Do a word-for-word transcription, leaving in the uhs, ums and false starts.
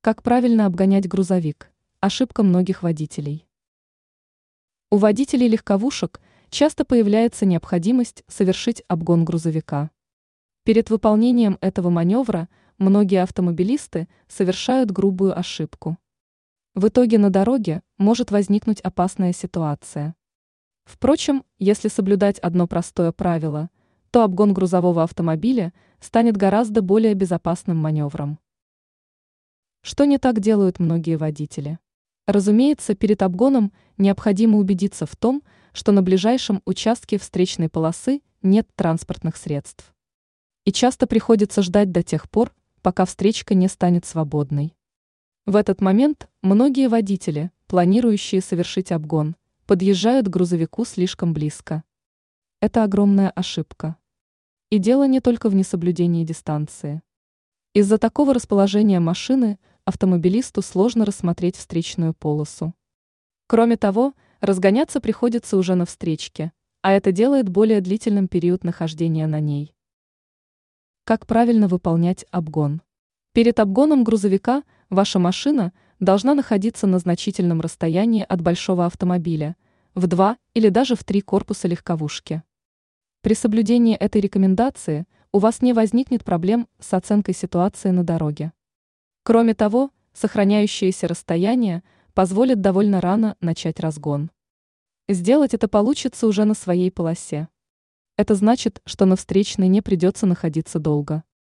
Как правильно обгонять грузовик? Ошибка многих водителей. У водителей легковушек часто появляется необходимость совершить обгон грузовика. Перед выполнением этого маневра многие автомобилисты совершают грубую ошибку. В итоге на дороге может возникнуть опасная ситуация. Впрочем, если соблюдать одно простое правило, то обгон грузового автомобиля станет гораздо более безопасным маневром. Что не так делают многие водители? Разумеется, перед обгоном необходимо убедиться в том, что на ближайшем участке встречной полосы нет транспортных средств. И часто приходится ждать до тех пор, пока встречка не станет свободной. В этот момент многие водители, планирующие совершить обгон, подъезжают к грузовику слишком близко. Это огромная ошибка. И дело не только в несоблюдении дистанции. Из-за такого расположения машины автомобилисту сложно рассмотреть встречную полосу. Кроме того, разгоняться приходится уже на встречке, а это делает более длительным период нахождения на ней. Как правильно выполнять обгон? Перед обгоном грузовика ваша машина должна находиться на значительном расстоянии от большого автомобиля, в два или даже в три корпуса легковушки. При соблюдении этой рекомендации у вас не возникнет проблем с оценкой ситуации на дороге. Кроме того, сохраняющееся расстояние позволит довольно рано начать разгон. Сделать это получится уже на своей полосе. Это значит, что на встречной не придется находиться долго.